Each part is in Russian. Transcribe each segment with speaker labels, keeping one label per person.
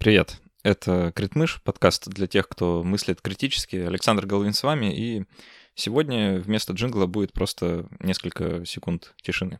Speaker 1: Привет, это Критмыш, подкаст для тех, кто мыслит критически. Александр Головин с вами, и сегодня вместо джингла будет просто несколько секунд тишины.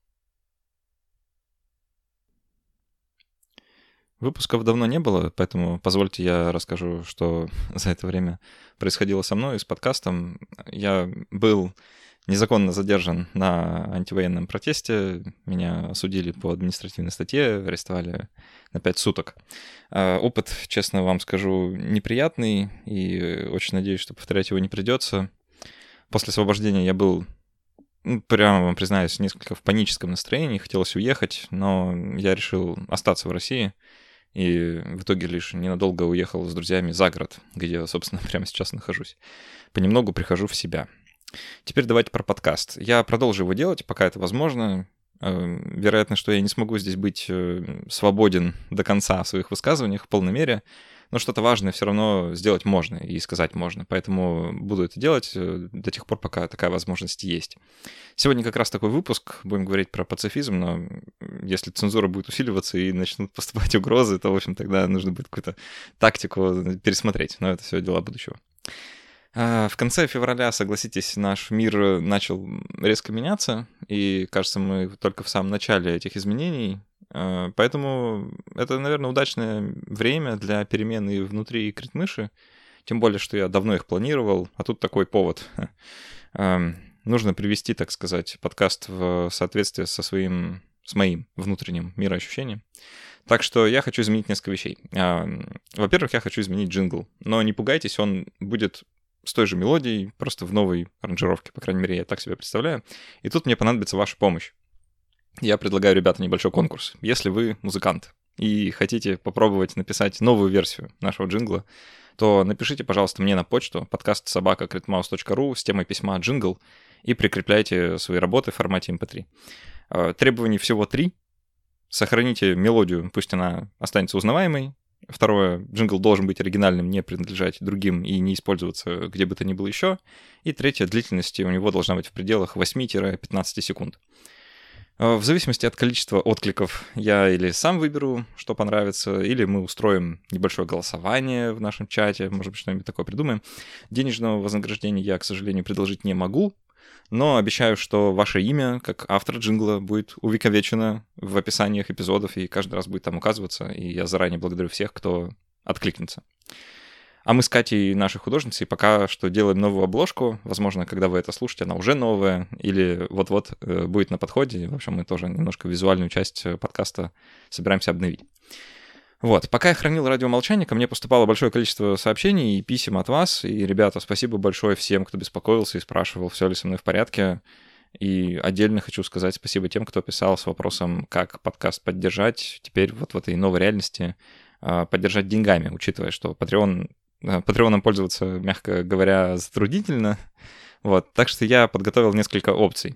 Speaker 1: Выпусков давно не было, поэтому позвольте я расскажу, что за это время происходило со мной с подкастом. Я был незаконно задержан на антивоенном протесте. Меня осудили по административной статье, арестовали на 5 суток. Опыт, честно вам скажу, неприятный, и очень надеюсь, что повторять его не придется. После освобождения я был, прямо вам признаюсь, несколько в паническом настроении, хотелось уехать, но я решил остаться в России, и в итоге лишь ненадолго уехал с друзьями за город, где я, собственно, прямо сейчас нахожусь. Понемногу прихожу в себя. Теперь давайте про подкаст. Я продолжу его делать, пока это возможно. Вероятно, что я не смогу здесь быть свободен до конца в своих высказываниях в полной мере, но что-то важное все равно сделать можно и сказать можно. Поэтому буду это делать до тех пор, пока такая возможность есть. Сегодня как раз такой выпуск. Будем говорить про пацифизм, но если цензура будет усиливаться и начнут поступать угрозы, то, в общем, тогда нужно будет какую-то тактику пересмотреть. Но это все дела будущего. В конце февраля, согласитесь, наш мир начал резко меняться, и, кажется, мы только в самом начале этих изменений. Поэтому это, наверное, удачное время для перемены внутри Критмыши, тем более, что я давно их планировал, а тут такой повод. Нужно привести, так сказать, подкаст в соответствие с моим внутренним мироощущением. Так что я хочу изменить несколько вещей. Во-первых, я хочу изменить джингл, но не пугайтесь, он будет с той же мелодией, просто в новой аранжировке, по крайней мере, я так себе представляю. И тут мне понадобится ваша помощь. Я предлагаю, ребята, небольшой конкурс. Если вы музыкант и хотите попробовать написать новую версию нашего джингла, то напишите, пожалуйста, мне на почту podcast@critmouse.ru с темой письма «Джингл» и прикрепляйте свои работы в формате MP3. Требований всего 3. Сохраните мелодию, пусть она останется узнаваемой. Второе, джингл должен быть оригинальным, не принадлежать другим и не использоваться где бы то ни было еще. И третье, длительность у него должна быть в пределах 8-15 секунд. В зависимости от количества откликов я или сам выберу, что понравится, или мы устроим небольшое голосование в нашем чате, может быть, что-нибудь такое придумаем. Денежного вознаграждения я, к сожалению, предложить не могу, но обещаю, что ваше имя, как автор джингла, будет увековечено в описаниях эпизодов и каждый раз будет там указываться, и я заранее благодарю всех, кто откликнется. А мы с Катей, нашей художницей, пока что делаем новую обложку. Возможно, когда вы это слушаете, она уже новая или вот-вот будет на подходе. В общем, мы тоже немножко визуальную часть подкаста собираемся обновить. Вот, пока я хранил радиомолчание, ко мне поступало большое количество сообщений и писем от вас. И, ребята, спасибо большое всем, кто беспокоился и спрашивал, все ли со мной в порядке. И отдельно хочу сказать спасибо тем, кто писал с вопросом, как подкаст поддержать теперь вот в этой новой реальности, поддержать деньгами, учитывая, что Патреоном пользоваться, мягко говоря, затруднительно. Вот, так что я подготовил несколько опций.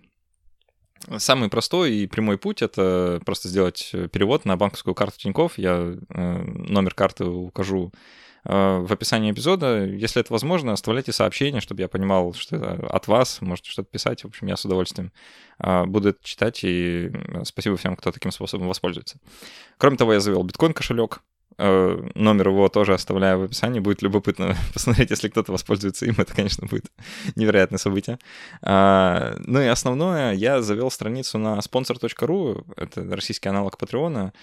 Speaker 1: Самый простой и прямой путь — это просто сделать перевод на банковскую карту Тинькофф. Я номер карты укажу в описании эпизода. Если это возможно, оставляйте сообщение, чтобы я понимал, что это от вас. Можете что-то писать. В общем, я с удовольствием буду это читать. И спасибо всем, кто таким способом воспользуется. Кроме того, я завел биткоин-кошелек. Номер его тоже оставляю в описании. Будет любопытно посмотреть, если кто-то воспользуется им. Это, конечно, будет невероятное событие. Ну и основное, я завел страницу на sponsor.ru. Это российский аналог Патреона.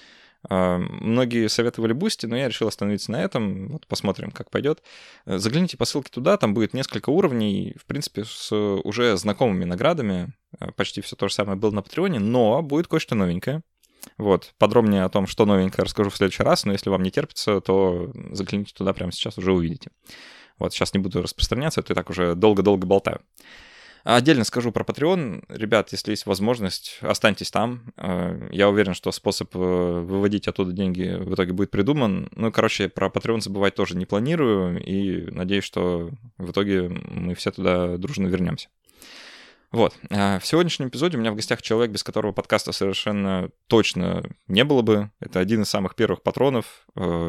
Speaker 1: Многие советовали Boosty, но я решил остановиться на этом. Вот посмотрим, как пойдет. Загляните по ссылке туда, там будет несколько уровней, в принципе, с уже знакомыми наградами. Почти все то же самое было на Патреоне, но будет кое-что новенькое. Вот, подробнее о том, что новенькое, расскажу в следующий раз, но если вам не терпится, то загляните туда прямо сейчас, уже увидите. Вот, сейчас не буду распространяться, это и так уже долго-долго болтаю. Отдельно скажу про Patreon. Ребят, если есть возможность, останьтесь там. Я уверен, что способ выводить оттуда деньги в итоге будет придуман. Ну, короче, про Patreon забывать тоже не планирую, и надеюсь, что в итоге мы все туда дружно вернемся. Вот. В сегодняшнем эпизоде у меня в гостях человек, без которого подкаста совершенно точно не было бы. Это один из самых первых патронов,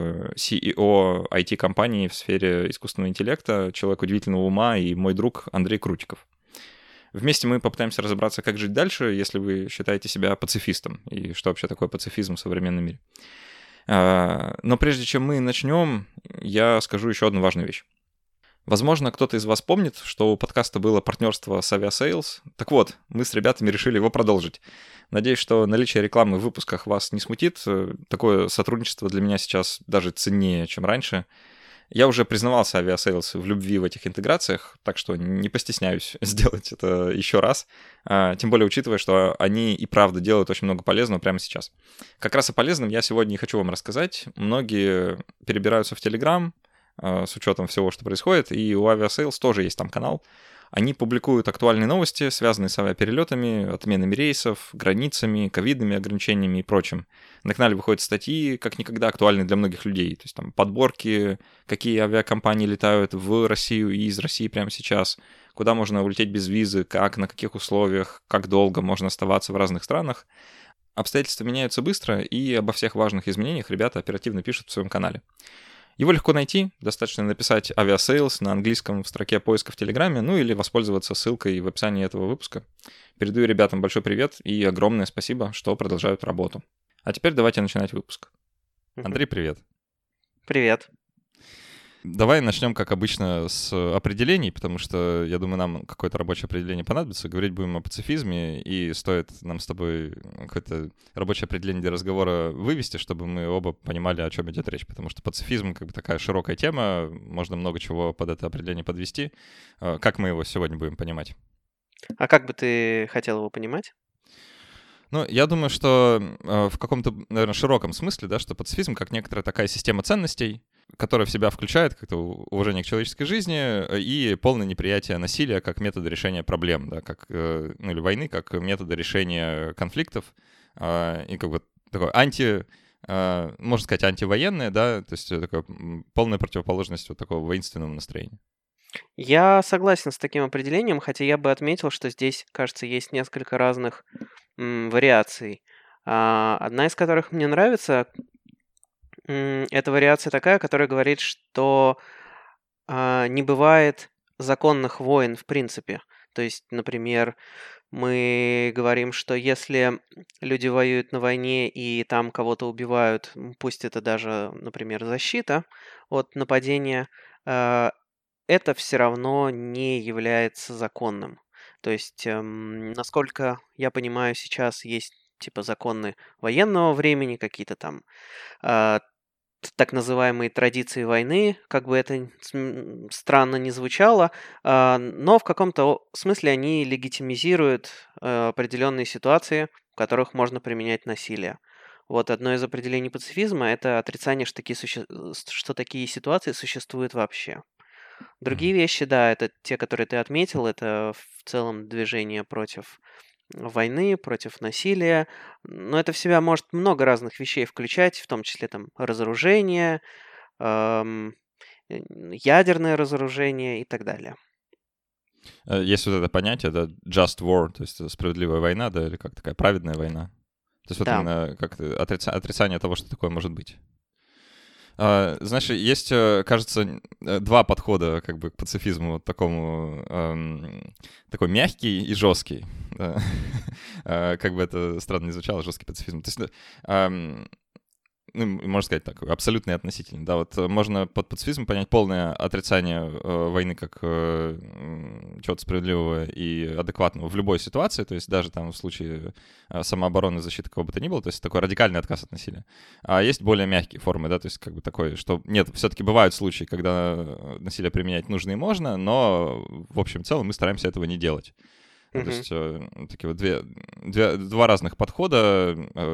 Speaker 1: CEO IT-компании в сфере искусственного интеллекта, человек удивительного ума и мой друг Андрей Крутиков. Вместе мы попытаемся разобраться, как жить дальше, если вы считаете себя пацифистом, и что вообще такое пацифизм в современном мире. Но прежде чем мы начнем, я скажу еще одну важную вещь. Возможно, кто-то из вас помнит, что у подкаста было партнерство с Aviasales. Так вот, мы с ребятами решили его продолжить. Надеюсь, что наличие рекламы в выпусках вас не смутит. Такое сотрудничество для меня сейчас даже ценнее, чем раньше. Я уже признавался Aviasales в любви в этих интеграциях, так что не постесняюсь сделать это еще раз. Тем более, учитывая, что они и правда делают очень много полезного прямо сейчас. Как раз о полезном я сегодня и хочу вам рассказать. Многие перебираются в Telegram, с учетом всего, что происходит, и у Aviasales тоже есть там канал. Они публикуют актуальные новости, связанные с авиаперелетами, отменами рейсов, границами, ковидными ограничениями и прочим. На канале выходят статьи, как никогда актуальные для многих людей. То есть там подборки, какие авиакомпании летают в Россию и из России прямо сейчас, куда можно улететь без визы, как, на каких условиях, как долго можно оставаться в разных странах. Обстоятельства меняются быстро, и обо всех важных изменениях ребята оперативно пишут в своем канале. Его легко найти, достаточно написать Aviasales на английском в строке поиска в Телеграме, ну или воспользоваться ссылкой в описании этого выпуска. Передаю ребятам большой привет и огромное спасибо, что продолжают работу. А теперь давайте начинать выпуск. Андрей, привет.
Speaker 2: Привет.
Speaker 1: Давай начнем, как обычно, с определений, потому что, я думаю, нам какое-то рабочее определение понадобится. Говорить будем о пацифизме, и стоит нам с тобой какое-то рабочее определение для разговора вывести, чтобы мы оба понимали, о чем идет речь. Потому что пацифизм как бы такая широкая тема, можно много чего под это определение подвести. Как мы его сегодня будем понимать?
Speaker 2: А как бы ты хотел его понимать?
Speaker 1: Ну, я думаю, что в каком-то, наверное, широком смысле, да, что пацифизм как некоторая такая система ценностей, которая в себя включает как-то уважение к человеческой жизни и полное неприятие насилия как метода решения проблем, да, как, ну, или войны, как метода решения конфликтов, и как бы такое можно сказать, антивоенное, да, то есть такая полная противоположность вот такого воинственного настроения.
Speaker 2: Я согласен с таким определением, хотя я бы отметил, что здесь, кажется, есть несколько разных вариаций. Одна из которых мне нравится, это вариация такая, которая говорит, что не бывает законных войн в принципе. То есть, например, мы говорим, что если люди воюют на войне и там кого-то убивают, пусть это даже, например, защита от нападения, это все равно не является законным. То есть, насколько я понимаю, сейчас есть типа законы военного времени, какие-то там а, так называемые традиции войны, как бы это странно не звучало, но в каком-то смысле они легитимизируют определенные ситуации, в которых можно применять насилие. Вот одно из определений пацифизма — это отрицание, что такие ситуации существуют вообще. Другие вещи, да, это те, которые ты отметил, это в целом движение против войны, против насилия. Но это в себя может много разных вещей включать, в том числе там разоружение, ам, ядерное разоружение и так далее.
Speaker 1: Есть вот это понятие, да, just war, то есть справедливая война, да, или как такая праведная война. То есть вот
Speaker 2: Да.
Speaker 1: именно как отрицание того, что такое может быть. Знаешь, есть, кажется, два подхода как бы к пацифизму, вот такому, такой мягкий и жесткий. Да. Как бы это странно не звучало, жесткий пацифизм. То есть, ну, можно сказать так, абсолютно и относительно. Да, вот можно под пацифизмом понять полное отрицание войны как чего-то справедливого и адекватного в любой ситуации, то есть даже там в случае самообороны, защиты кого бы то ни было, то есть такой радикальный отказ от насилия. А есть более мягкие формы, да, то есть как бы такой, что нет, все-таки бывают случаи, когда насилие применять нужно и можно, но в общем целом мы стараемся этого не делать. То есть такие вот два разных подхода.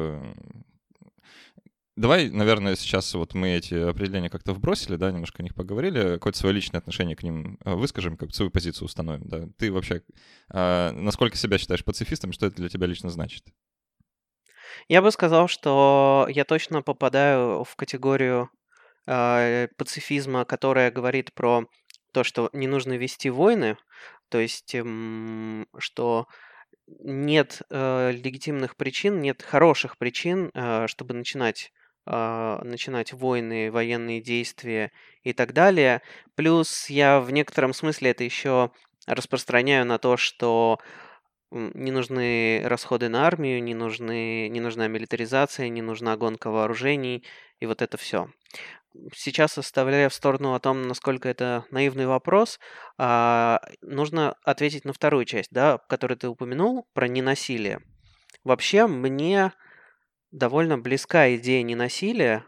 Speaker 1: Давай, наверное, сейчас вот мы эти определения как-то вбросили, да, немножко о них поговорили, какое-то свое личное отношение к ним выскажем, как свою позицию установим, да. Ты вообще насколько себя считаешь пацифистом, что это для тебя лично значит?
Speaker 2: Я бы сказал, что я точно попадаю в категорию пацифизма, которая говорит про то, что не нужно вести войны, то есть, что нет легитимных причин, нет хороших причин, чтобы начинать войны, военные действия и так далее. Плюс я в некотором смысле это еще распространяю на то, что не нужны расходы на армию, не нужна милитаризация, не нужна гонка вооружений и вот это все. Сейчас, оставляя в сторону о том, насколько это наивный вопрос, нужно ответить на вторую часть, да, которую ты упомянул, про ненасилие. Вообще, мне довольно близка идея ненасилия,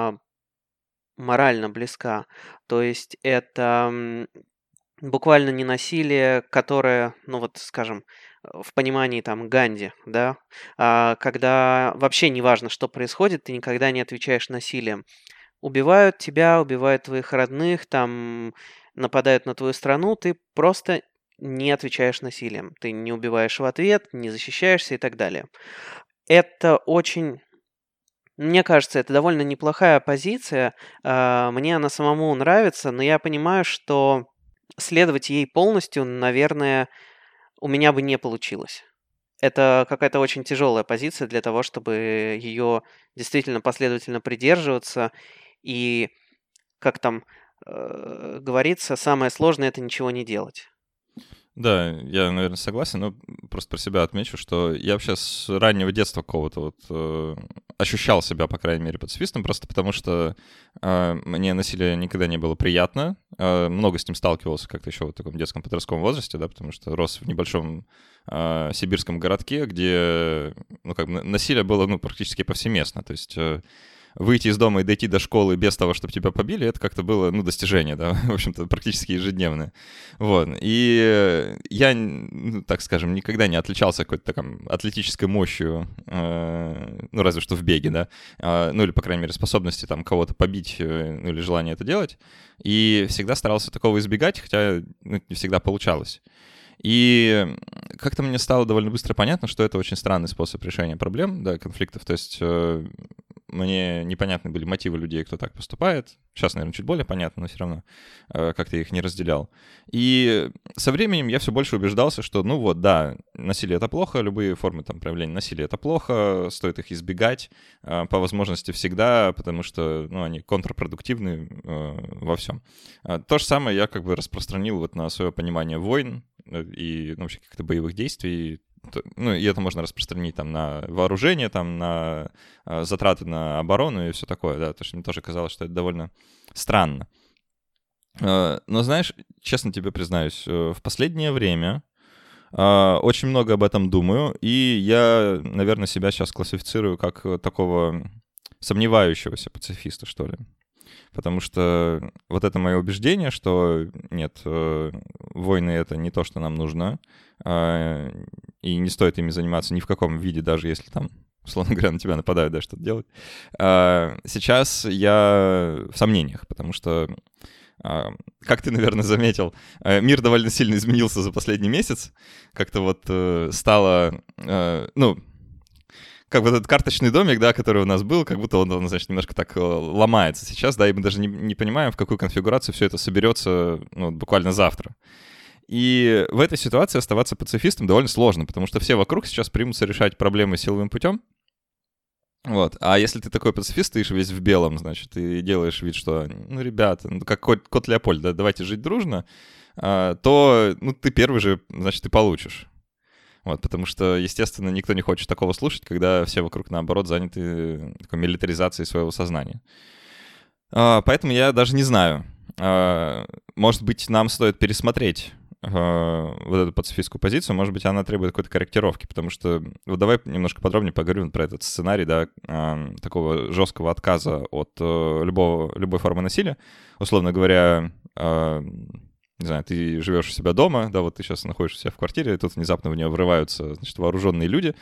Speaker 2: морально близка. То есть это буквально ненасилие, которое, ну вот, скажем, в понимании там Ганди, да, когда вообще не важно, что происходит, ты никогда не отвечаешь насилием. Убивают тебя, убивают твоих родных, там нападают на твою страну, ты просто не отвечаешь насилием. Ты не убиваешь в ответ, не защищаешься и так далее. Это очень, мне кажется, это довольно неплохая позиция. Мне она самому нравится, но я понимаю, что следовать ей полностью, наверное, у меня бы не получилось. Это какая-то очень тяжелая позиция для того, чтобы ее действительно последовательно придерживаться. И, как там говорится, самое сложное это ничего не делать.
Speaker 1: Да, я, наверное, согласен, но просто про себя отмечу, что я вообще с раннего детства какого-то ощущал себя, по крайней мере, пацифистом, просто потому что мне насилие никогда не было приятно, много с ним сталкивался как-то еще в таком детском подростковом возрасте, да, потому что рос в небольшом сибирском городке, где, ну, как бы насилие было, ну, практически повсеместно, то есть выйти из дома и дойти до школы без того, чтобы тебя побили, это как-то было, ну, достижение, да, в общем-то, практически ежедневное. Вот. И я, ну, так скажем, никогда не отличался какой-то такой атлетической мощью, ну, разве что в беге, да, ну, или, по крайней мере, способности там кого-то побить, ну, или желание это делать. И всегда старался такого избегать, хотя ну, не всегда получалось. И как-то мне стало довольно быстро понятно, что это очень странный способ решения проблем, да, конфликтов. То есть мне непонятны были мотивы людей, кто так поступает. Сейчас, наверное, чуть более понятно, но все равно как-то их не разделял. И со временем я все больше убеждался, что, ну вот, да, насилие — это плохо, любые формы там проявления насилия — это плохо, стоит их избегать по возможности всегда, потому что, ну, они контрпродуктивны во всем. То же самое я как бы распространил вот на свое понимание войн и, ну, вообще каких-то боевых действий. Ну, и это можно распространить там на вооружение, там на затраты на оборону и все такое, да, потому что мне тоже казалось, что это довольно странно. Но, знаешь, честно тебе признаюсь, в последнее время очень много об этом думаю, и я, наверное, себя сейчас классифицирую как такого сомневающегося пацифиста, что ли. Потому что вот это мое убеждение, что нет, войны — это не то, что нам нужно, и не стоит ими заниматься ни в каком виде, даже если там, условно говоря, на тебя нападают, да, что-то делать. Сейчас я в сомнениях, потому что, как ты, наверное, заметил, мир довольно сильно изменился за последний месяц. Как-то вот стало, ну, как вот этот карточный домик, да, который у нас был, как будто он значит, немножко так ломается сейчас, да, и мы даже не понимаем, в какую конфигурацию все это соберется, ну, буквально завтра. И в этой ситуации оставаться пацифистом довольно сложно, потому что все вокруг сейчас примутся решать проблемы силовым путем. Вот. А если ты такой пацифист, стоишь весь в белом, значит, и делаешь вид, что, ну, ребята, ну, как кот Леопольд, да, давайте жить дружно, то, ну, ты первый же, значит, ты получишь. Вот, потому что, естественно, никто не хочет такого слушать, когда все вокруг, наоборот, заняты такой милитаризацией своего сознания. Поэтому я даже не знаю. Может быть, нам стоит пересмотреть вот эту пацифистскую позицию, может быть, она требует какой-то корректировки, потому что, вот давай немножко подробнее поговорим про этот сценарий, да, такого жесткого отказа от любой формы насилия. Условно говоря, не знаю, ты живешь у себя дома, да, вот ты сейчас находишься у себя в квартире, и тут внезапно в нее врываются, значит, вооруженные люди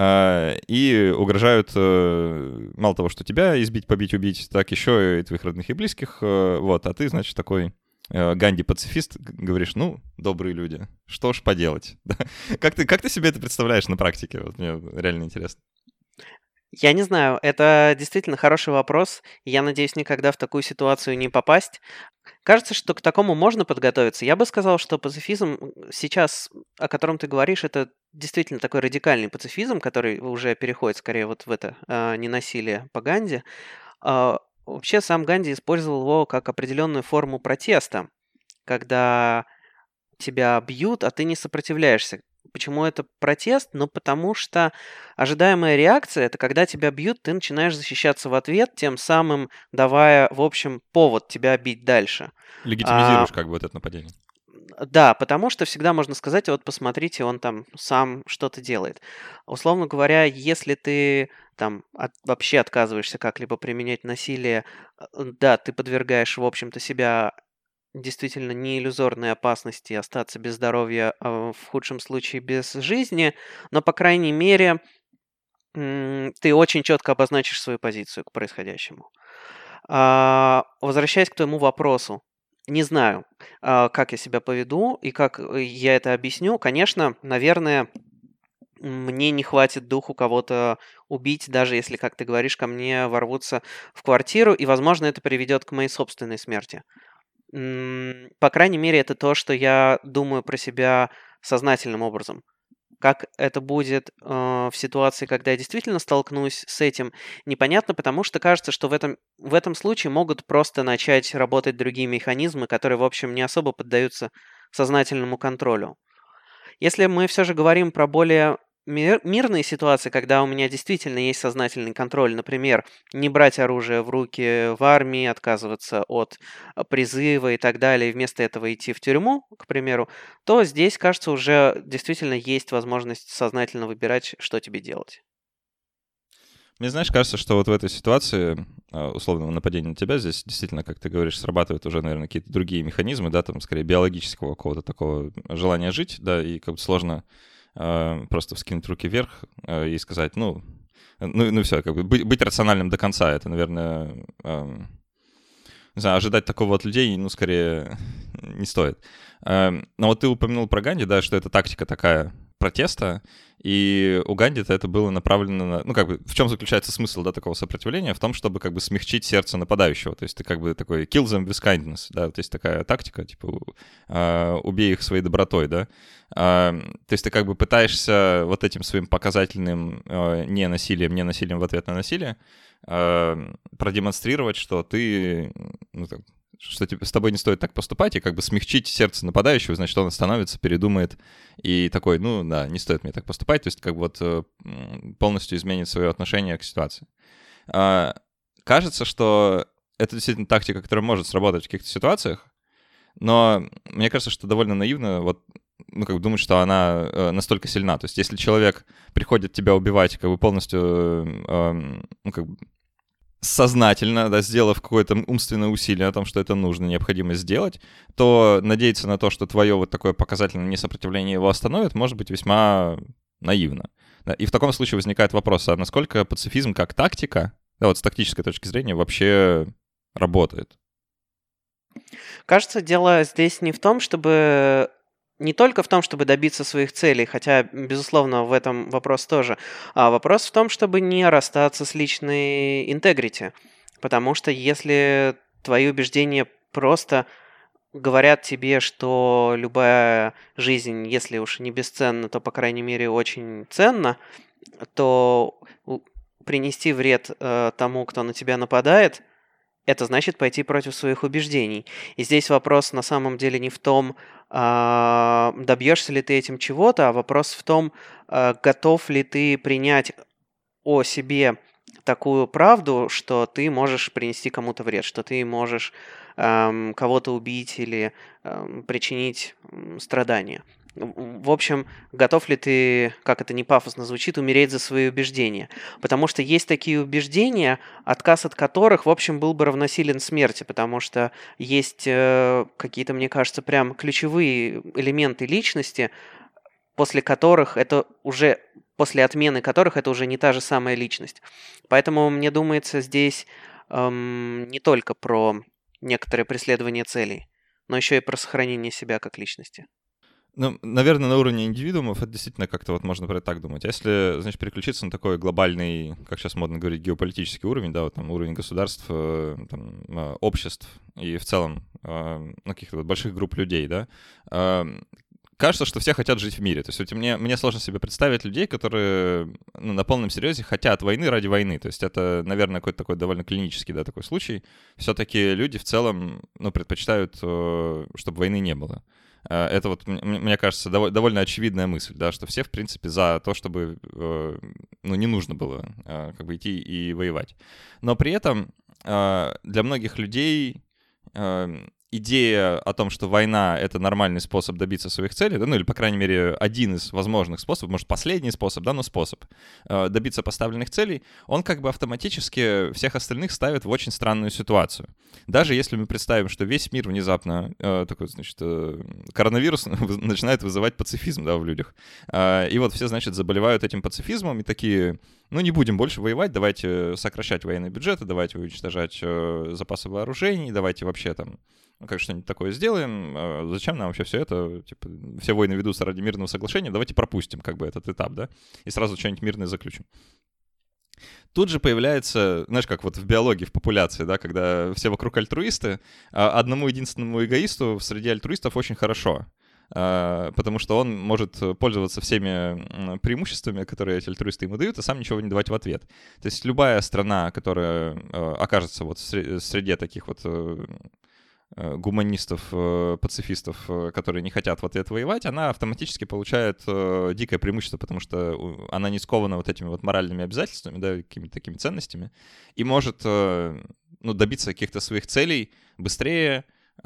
Speaker 1: и угрожают мало того, что тебя избить, побить, убить, так еще и твоих родных и близких, вот, а ты, значит, такой Ганди-пацифист, говоришь, ну, добрые люди, что ж поделать, да? Как ты себе это представляешь на практике? Вот мне реально интересно.
Speaker 2: Я не знаю, это действительно хороший вопрос. Я надеюсь, никогда в такую ситуацию не попасть. Кажется, что к такому можно подготовиться. Я бы сказал, что пацифизм сейчас, о котором ты говоришь, это действительно такой радикальный пацифизм, который уже переходит скорее вот в это ненасилие по Ганди. Вообще сам Ганди использовал его как определенную форму протеста, когда тебя бьют, а ты не сопротивляешься. Почему это протест? Ну, потому что ожидаемая реакция — это когда тебя бьют, ты начинаешь защищаться в ответ, тем самым давая, в общем, повод тебя бить дальше.
Speaker 1: Легитимизируешь как бы вот это нападение.
Speaker 2: Да, потому что всегда можно сказать: "Вот посмотрите, он там сам что-то делает". Условно говоря, если ты там вообще отказываешься как-либо применять насилие, да, ты подвергаешь, в общем-то, себя действительно не иллюзорной опасности остаться без здоровья, а в худшем случае без жизни, но, по крайней мере, ты очень четко обозначишь свою позицию к происходящему. Возвращаясь к твоему вопросу, не знаю, как я себя поведу и как я это объясню. Конечно, наверное, мне не хватит духу кого-то убить, даже если, как ты говоришь, ко мне ворвутся в квартиру, и, возможно, это приведет к моей собственной смерти. По крайней мере, это то, что я думаю про себя сознательным образом. Как это будет, в ситуации, когда я действительно столкнусь с этим, непонятно, потому что кажется, что в этом случае могут просто начать работать другие механизмы, которые, в общем, не особо поддаются сознательному контролю. Если мы все же говорим про более мирные ситуации, когда у меня действительно есть сознательный контроль, например, не брать оружие в руки в армии, отказываться от призыва и так далее, и вместо этого идти в тюрьму, к примеру, то здесь, кажется, уже действительно есть возможность сознательно выбирать, что тебе делать.
Speaker 1: Мне, знаешь, кажется, что вот в этой ситуации условного нападения на тебя здесь действительно, как ты говоришь, срабатывают уже, наверное, какие-то другие механизмы, да, там, скорее, биологического какого-то такого желания жить, да, и как бы сложно просто вскинуть руки вверх и сказать, ну все, как бы быть рациональным до конца, это, наверное, не знаю, ожидать такого от людей, ну, скорее, не стоит. Но вот ты упомянул про Ганди, да, что это тактика такая протеста, и у Ганди-то это было направлено на... Ну, как бы, в чем заключается смысл, да, такого сопротивления? В том, чтобы как бы смягчить сердце нападающего. То есть ты как бы такой kill them with kindness, да, то есть такая тактика, типа, убей их своей добротой, да. То есть ты как бы пытаешься вот этим своим показательным ненасилием в ответ на насилие продемонстрировать, что ты, что с тобой не стоит так поступать, и как бы смягчить сердце нападающего, значит, он остановится, передумает, и такой, ну да, не стоит мне так поступать, то есть как бы вот полностью изменит свое отношение к ситуации. Кажется, что это действительно тактика, которая может сработать в каких-то ситуациях, но мне кажется, что довольно наивно вот, ну, как бы думать, что она настолько сильна. То есть если человек приходит тебя убивать, как бы полностью, ну, как бы сознательно, да, сделав какое-то умственное усилие о том, что это нужно, необходимо сделать, то надеяться на то, что твое вот такое показательное несопротивление его остановит, может быть весьма наивно. Да, и в таком случае возникает вопрос, а насколько пацифизм как тактика, да, вот с тактической точки зрения, вообще работает?
Speaker 2: Кажется, дело здесь не только в том, чтобы добиться своих целей, хотя, безусловно, в этом вопрос тоже, а вопрос в том, чтобы не расстаться с личной интегрити. Потому что если твои убеждения просто говорят тебе, что любая жизнь, если уж не бесценна, то, по крайней мере, очень ценна, то принести вред тому, кто на тебя нападает, это значит пойти против своих убеждений. И здесь вопрос на самом деле не в том, добьешься ли ты этим чего-то, а вопрос в том, готов ли ты принять о себе такую правду, что ты можешь принести кому-то вред, что ты можешь кого-то убить или причинить страдания. В общем, готов ли ты, как это не пафосно звучит, умереть за свои убеждения? Потому что есть такие убеждения, отказ от которых, в общем, был бы равносилен смерти, потому что есть какие-то, мне кажется, прям ключевые элементы личности, после которых это уже, после отмены которых это уже не та же самая личность. Поэтому, мне думается, здесь не только про некоторое преследование целей, но еще и про сохранение себя как личности.
Speaker 1: Ну, наверное, на уровне индивидуумов это действительно как-то вот можно про это так думать. А если, значит, переключиться на такой глобальный, как сейчас модно говорить, геополитический уровень, да, вот там уровень государств, там, обществ и в целом каких-то вот больших групп людей, да, кажется, что все хотят жить в мире. То есть мне сложно себе представить людей, которые на полном серьезе хотят войны ради войны. То есть это, наверное, какой-то такой довольно клинический, да, такой случай. Все-таки люди в целом, предпочитают, чтобы войны не было. Это вот, мне кажется, довольно очевидная мысль, да, что все, в принципе, за то, чтобы, ну, не нужно было как бы идти и воевать. Но при этом для многих людей идея о том, что война — это нормальный способ добиться своих целей, да, ну или, по крайней мере, один из возможных способов, может, последний способ, да, но способ добиться поставленных целей, он как бы автоматически всех остальных ставит в очень странную ситуацию. Даже если мы представим, что весь мир внезапно, такой, значит, коронавирус начинает вызывать пацифизм, да, в людях, и вот все, значит, заболевают этим пацифизмом и такие... Ну, не будем больше воевать, давайте сокращать военные бюджеты, давайте уничтожать запасы вооружений, давайте вообще там как что-нибудь такое сделаем. Зачем нам вообще все это? Типа, все войны ведутся ради мирного соглашения, давайте пропустим как бы этот этап, да, и сразу что-нибудь мирное заключим. Тут же появляется, знаешь, как вот в биологии, в популяции, да, когда все вокруг альтруисты, а одному единственному эгоисту среди альтруистов очень хорошо. Потому что он может пользоваться всеми преимуществами, которые эти альтруисты ему дают, а сам ничего не давать в ответ. То есть любая страна, которая окажется вот в среде таких вот гуманистов, пацифистов, которые не хотят в ответ воевать, она автоматически получает дикое преимущество, потому что она не скована вот этими вот моральными обязательствами, да, какими-то такими ценностями, и может ну, добиться каких-то своих целей быстрее,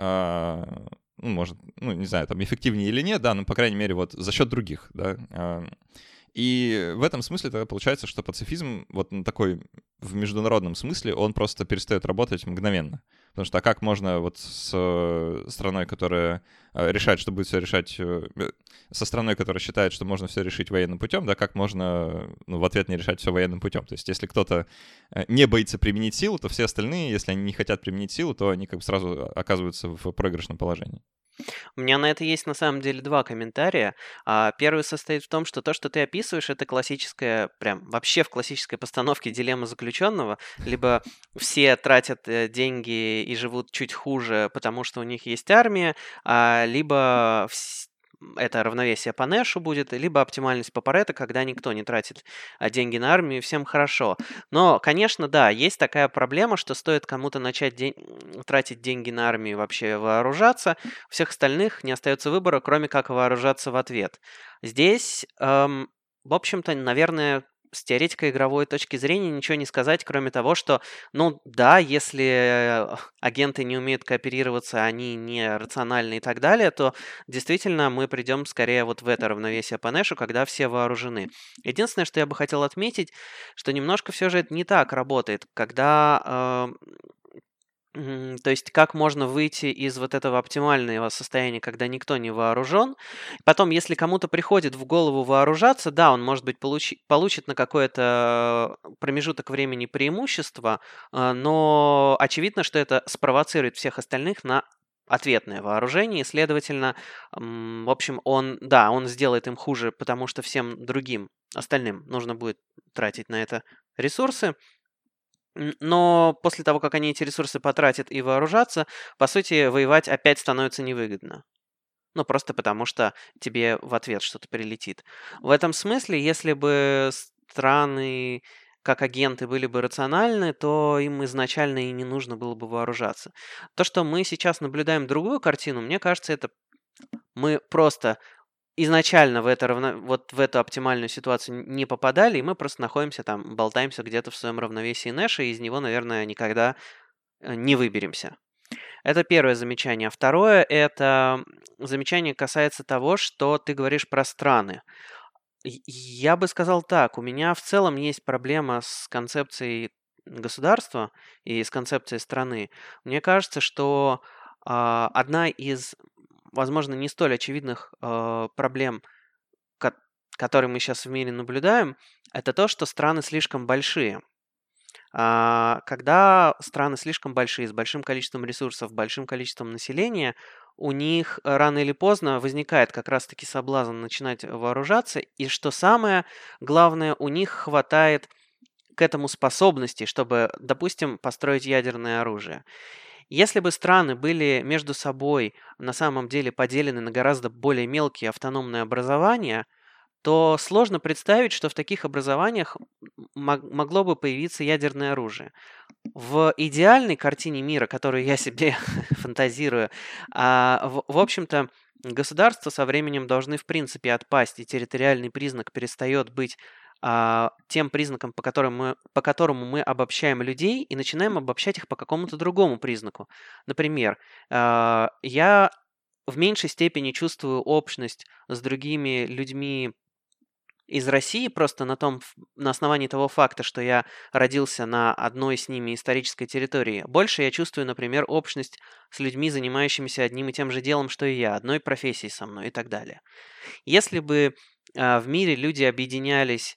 Speaker 1: ну, может, ну, не знаю, там, эффективнее или нет, да, но, по крайней мере, вот за счет других, да. И в этом смысле тогда получается, что пацифизм вот на такой, в международном смысле, он просто перестает работать мгновенно. Потому что а как можно вот с страной, которая решает, что будет все решать, со страной, которая считает, что можно все решить военным путем, да, как можно, ну, в ответ не решать все военным путем? То есть если кто-то не боится применить силу, то все остальные, если они не хотят применить силу, то они как бы сразу оказываются в проигрышном положении.
Speaker 2: У меня на это есть на самом деле два комментария. Первый состоит в том, что то, что ты описываешь, это классическая, прям вообще в классической постановке дилемма заключенного. Либо все тратят деньги и живут чуть хуже, потому что у них есть армия, либо это равновесие по Нэшу будет, либо оптимальность по Парето, когда никто не тратит деньги на армию, и всем хорошо. Но, конечно, да, есть такая проблема, что стоит кому-то начать тратить деньги на армию и вообще вооружаться, у всех остальных не остается выбора, кроме как вооружаться в ответ. Здесь, в общем-то, наверное, с теоретико-игровой точки зрения ничего не сказать, кроме того, что, ну да, если агенты не умеют кооперироваться, они не рациональны и так далее, то действительно мы придем скорее вот в это равновесие по Нэшу, когда все вооружены. Единственное, что я бы хотел отметить, что немножко все же это не так работает, когда... То есть как можно выйти из вот этого оптимального состояния, когда никто не вооружен. Потом, если кому-то приходит в голову вооружаться, да, он, может быть, получит на какой-то промежуток времени преимущество, но очевидно, что это спровоцирует всех остальных на ответное вооружение, и, следовательно, в общем, он сделает им хуже, потому что всем другим, остальным, нужно будет тратить на это ресурсы. Но после того, как они эти ресурсы потратят и вооружатся, по сути, воевать опять становится невыгодно. Ну, просто потому что тебе в ответ что-то прилетит. В этом смысле, если бы страны как агенты были бы рациональны, то им изначально и не нужно было бы вооружаться. То, что мы сейчас наблюдаем другую картину, мне кажется, это мы просто изначально вот в эту оптимальную ситуацию не попадали, и мы просто находимся там, болтаемся где-то в своем равновесии Нэша, и из него, наверное, никогда не выберемся. Это первое замечание. Второе, это замечание касается того, что ты говоришь про страны. Я бы сказал так, у меня в целом есть проблема с концепцией государства и с концепцией страны. Мне кажется, что одна из, возможно, не столь очевидных проблем, которые мы сейчас в мире наблюдаем, это то, что страны слишком большие. Когда страны слишком большие, с большим количеством ресурсов, большим количеством населения, у них рано или поздно возникает как раз-таки соблазн начинать вооружаться, и что самое главное, у них хватает к этому способностей, чтобы, допустим, построить ядерное оружие. Если бы страны были между собой на самом деле поделены на гораздо более мелкие автономные образования, то сложно представить, что в таких образованиях могло бы появиться ядерное оружие. В идеальной картине мира, которую я себе фантазирую, в общем-то, государства со временем должны в принципе отпасть, и территориальный признак перестает быть тем признаком, по которому мы обобщаем людей, и начинаем обобщать их по какому-то другому признаку. Например, я в меньшей степени чувствую общность с другими людьми из России просто на основании того факта, что я родился на одной с ними исторической территории. Больше я чувствую, например, общность с людьми, занимающимися одним и тем же делом, что и я, одной профессией со мной и так далее. Если бы в мире люди объединялись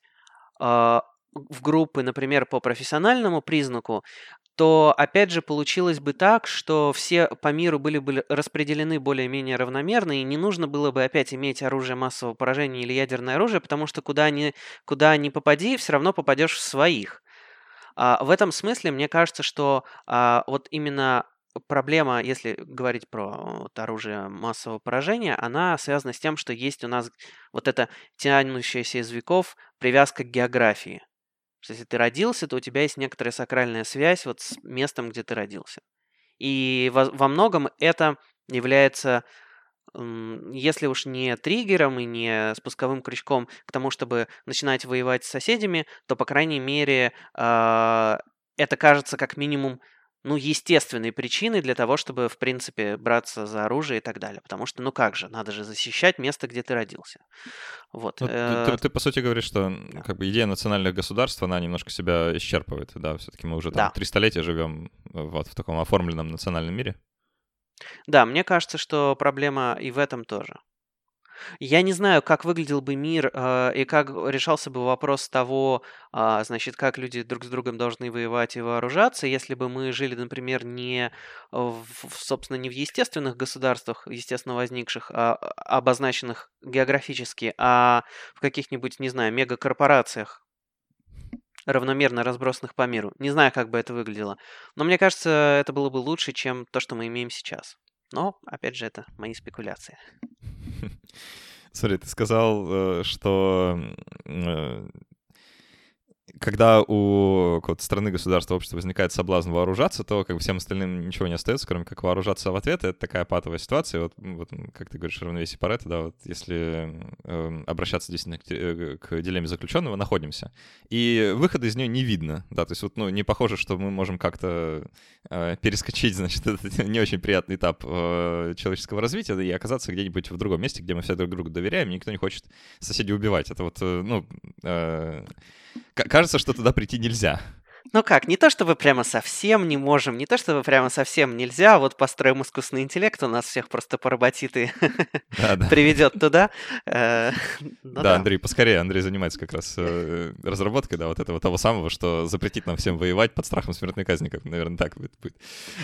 Speaker 2: в группы, например, по профессиональному признаку, то опять же получилось бы так, что все по миру были бы распределены более-менее равномерно, и не нужно было бы опять иметь оружие массового поражения или ядерное оружие, потому что куда ни попади, все равно попадешь в своих. В этом смысле мне кажется, что вот именно проблема, если говорить про вот оружие массового поражения, она связана с тем, что есть у нас вот эта тянущаяся из веков привязка к географии. Что если ты родился, то у тебя есть некоторая сакральная связь вот с местом, где ты родился. И во многом это является, если уж не триггером и не спусковым крючком к тому, чтобы начинать воевать с соседями, то, по крайней мере, это кажется как минимум естественной причиной для того, чтобы, в принципе, браться за оружие и так далее. Потому что, как же, надо же защищать место, где ты родился. Вот.
Speaker 1: Ну, ты, по сути, говоришь, что
Speaker 2: Да.
Speaker 1: как бы идея национальных государств, она немножко себя исчерпывает, да? Все-таки мы уже там
Speaker 2: Да.
Speaker 1: 3 столетия живем вот в таком оформленном национальном мире.
Speaker 2: Да, мне кажется, что проблема и в этом тоже. Я не знаю, как выглядел бы мир, и как решался бы вопрос того, значит, как люди друг с другом должны воевать и вооружаться, если бы мы жили, например, собственно, не в естественных государствах, естественно возникших, обозначенных географически, а в каких-нибудь, не знаю, мегакорпорациях, равномерно разбросанных по миру. Не знаю, как бы это выглядело. Но мне кажется, это было бы лучше, чем то, что мы имеем сейчас. Но, опять же, это мои спекуляции.
Speaker 1: Смотри, ты сказал, что когда у какой-то страны, государства, общества возникает соблазн вооружаться, то как бы всем остальным ничего не остается, кроме как вооружаться в ответ. Это такая патовая ситуация. Вот как ты говоришь, равновесие Парето, да, вот если обращаться действительно к дилемме заключенного, находимся. И выхода из нее не видно, да, то есть вот, не похоже, что мы можем как-то перескочить, значит, этот не очень приятный этап человеческого развития и оказаться где-нибудь в другом месте, где мы все друг другу доверяем, и никто не хочет соседей убивать. Это вот, кажется, что туда прийти нельзя.
Speaker 2: Не то чтобы прямо совсем не можем, не то чтобы прямо совсем нельзя, вот построим искусственный интеллект, у нас всех просто поработит и приведет туда.
Speaker 1: Да, Андрей, поскорее. Андрей занимается как раз разработкой, да, вот этого того самого, что запретит нам всем воевать под страхом смертной казни, как, наверное, так будет.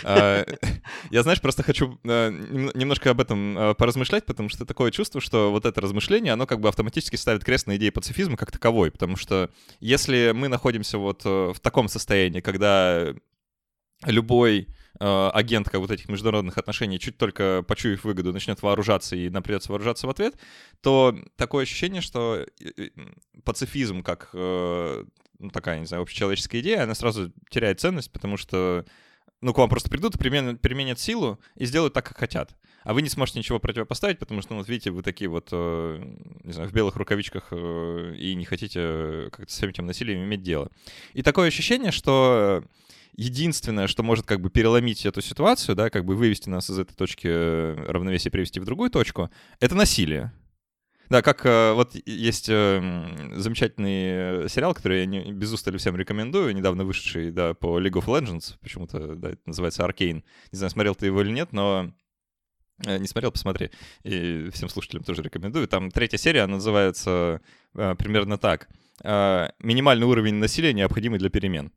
Speaker 1: Я, знаешь, просто хочу немножко об этом поразмышлять, потому что такое чувство, что вот это размышление, оно как бы автоматически ставит крест на идее пацифизма как таковой, потому что если мы находимся вот в таком состоянии, когда любой агент как вот этих международных отношений, чуть только почуяв выгоду, начнет вооружаться, и нам придется вооружаться в ответ, то такое ощущение, что пацифизм как такая, не знаю, общечеловеческая идея, она сразу теряет ценность, потому что к вам просто придут, применят силу и сделают так, как хотят. А вы не сможете ничего противопоставить, потому что, видите, вы такие вот, не знаю, в белых рукавичках и не хотите как-то с всем этим насилием иметь дело. И такое ощущение, что единственное, что может как бы переломить эту ситуацию, да, как бы вывести нас из этой точки равновесия и привести в другую точку, это насилие. Да, как вот есть замечательный сериал, который я без устали всем рекомендую, недавно вышедший, да, по League of Legends, почему-то, да, это называется Arcane. Не знаю, смотрел ты его или нет, но не смотрел, посмотри. И всем слушателям тоже рекомендую. Там 3-я серия, она называется примерно так. Минимальный уровень насилия, необходимый для перемен.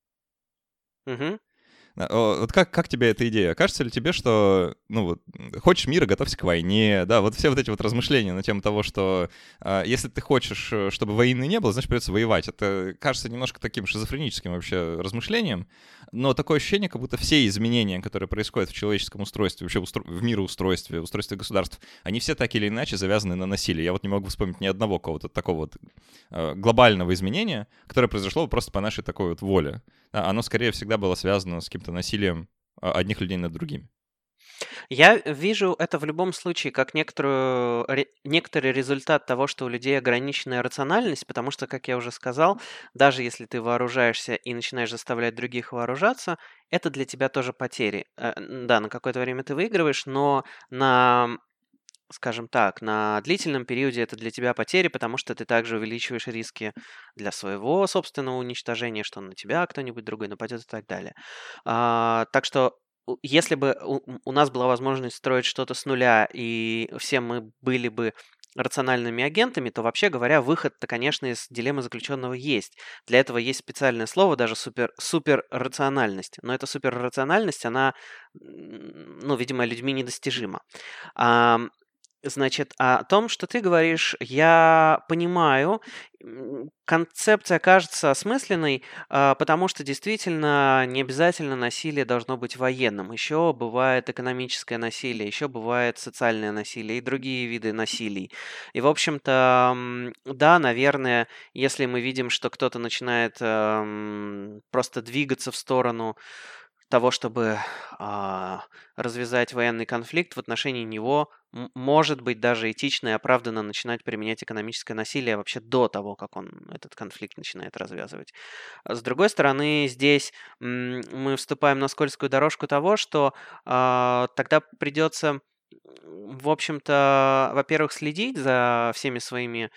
Speaker 2: Угу.
Speaker 1: Вот как тебе эта идея? Кажется ли тебе, что, хочешь мира, готовься к войне, да, вот все вот эти вот размышления на тему того, что если ты хочешь, чтобы войны не было, значит, придется воевать. Это кажется немножко таким шизофреническим вообще размышлением, но такое ощущение, как будто все изменения, которые происходят в человеческом устройстве, вообще в мироустройстве, устройстве государств, они все так или иначе завязаны на насилии. Я вот не могу вспомнить ни одного какого-то такого вот глобального изменения, которое произошло просто по нашей такой вот воле. Оно скорее всегда было связано с каким-то насилием одних людей над другими.
Speaker 2: Я вижу это в любом случае как некоторый результат того, что у людей ограниченная рациональность, потому что, как я уже сказал, даже если ты вооружаешься и начинаешь заставлять других вооружаться, это для тебя тоже потери. Да, на какое-то время ты выигрываешь, но на, скажем так, на длительном периоде это для тебя потери, потому что ты также увеличиваешь риски для своего собственного уничтожения, что на тебя кто-нибудь другой нападет и так далее. Так что если бы у нас была возможность строить что-то с нуля, и все мы были бы рациональными агентами, то вообще говоря, выход-то, конечно, из дилеммы заключенного есть. Для этого есть специальное слово, даже суперрациональность. Но эта суперрациональность, она, ну, видимо, людьми недостижима. Значит, о том, что ты говоришь, я понимаю. Концепция кажется осмысленной, потому что действительно не обязательно насилие должно быть военным. Еще бывает экономическое насилие, еще бывает социальное насилие и другие виды насилий. И, в общем-то, да, наверное, если мы видим, что кто-то начинает просто двигаться в сторону того, чтобы развязать военный конфликт, в отношении него может быть даже этично и оправданно начинать применять экономическое насилие вообще до того, как он этот конфликт начинает развязывать. С другой стороны, здесь мы вступаем на скользкую дорожку того, что тогда придется, в общем-то, во-первых, следить за всеми своими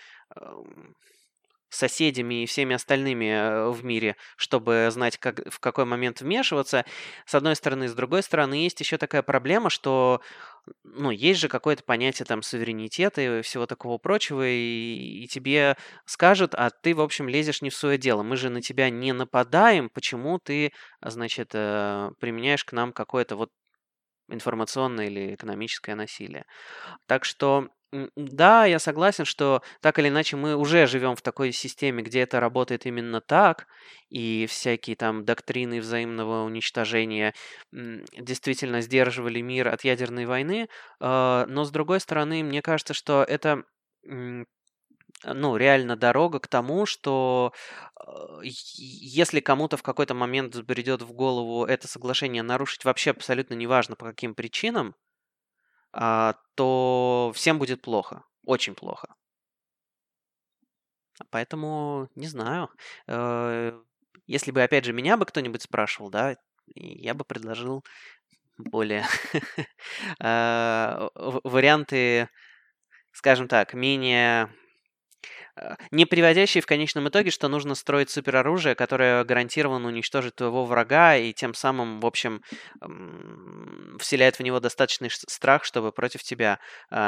Speaker 2: соседями и всеми остальными в мире, чтобы знать, в какой момент вмешиваться, с одной стороны. С другой стороны, есть еще такая проблема, что, ну, есть же какое-то понятие там суверенитета и всего такого прочего, и тебе скажут, а ты, в общем, лезешь не в свое дело. Мы же на тебя не нападаем, почему ты, значит, применяешь к нам какое-то вот информационное или экономическое насилие. Так что, да, я согласен, что так или иначе мы уже живем в такой системе, где это работает именно так, и всякие там доктрины взаимного уничтожения действительно сдерживали мир от ядерной войны. Но с другой стороны, мне кажется, что это ну, реально дорога к тому, что если кому-то в какой-то момент забредет в голову это соглашение нарушить вообще абсолютно неважно по каким причинам, то всем будет плохо, очень плохо. Поэтому не знаю. Если бы, опять же, меня бы кто-нибудь спрашивал, да, я бы предложил более варианты, скажем так, менее не приводящие в конечном итоге, что нужно строить супероружие, которое гарантированно уничтожит твоего врага и тем самым, в общем, вселяет в него достаточный страх, чтобы против тебя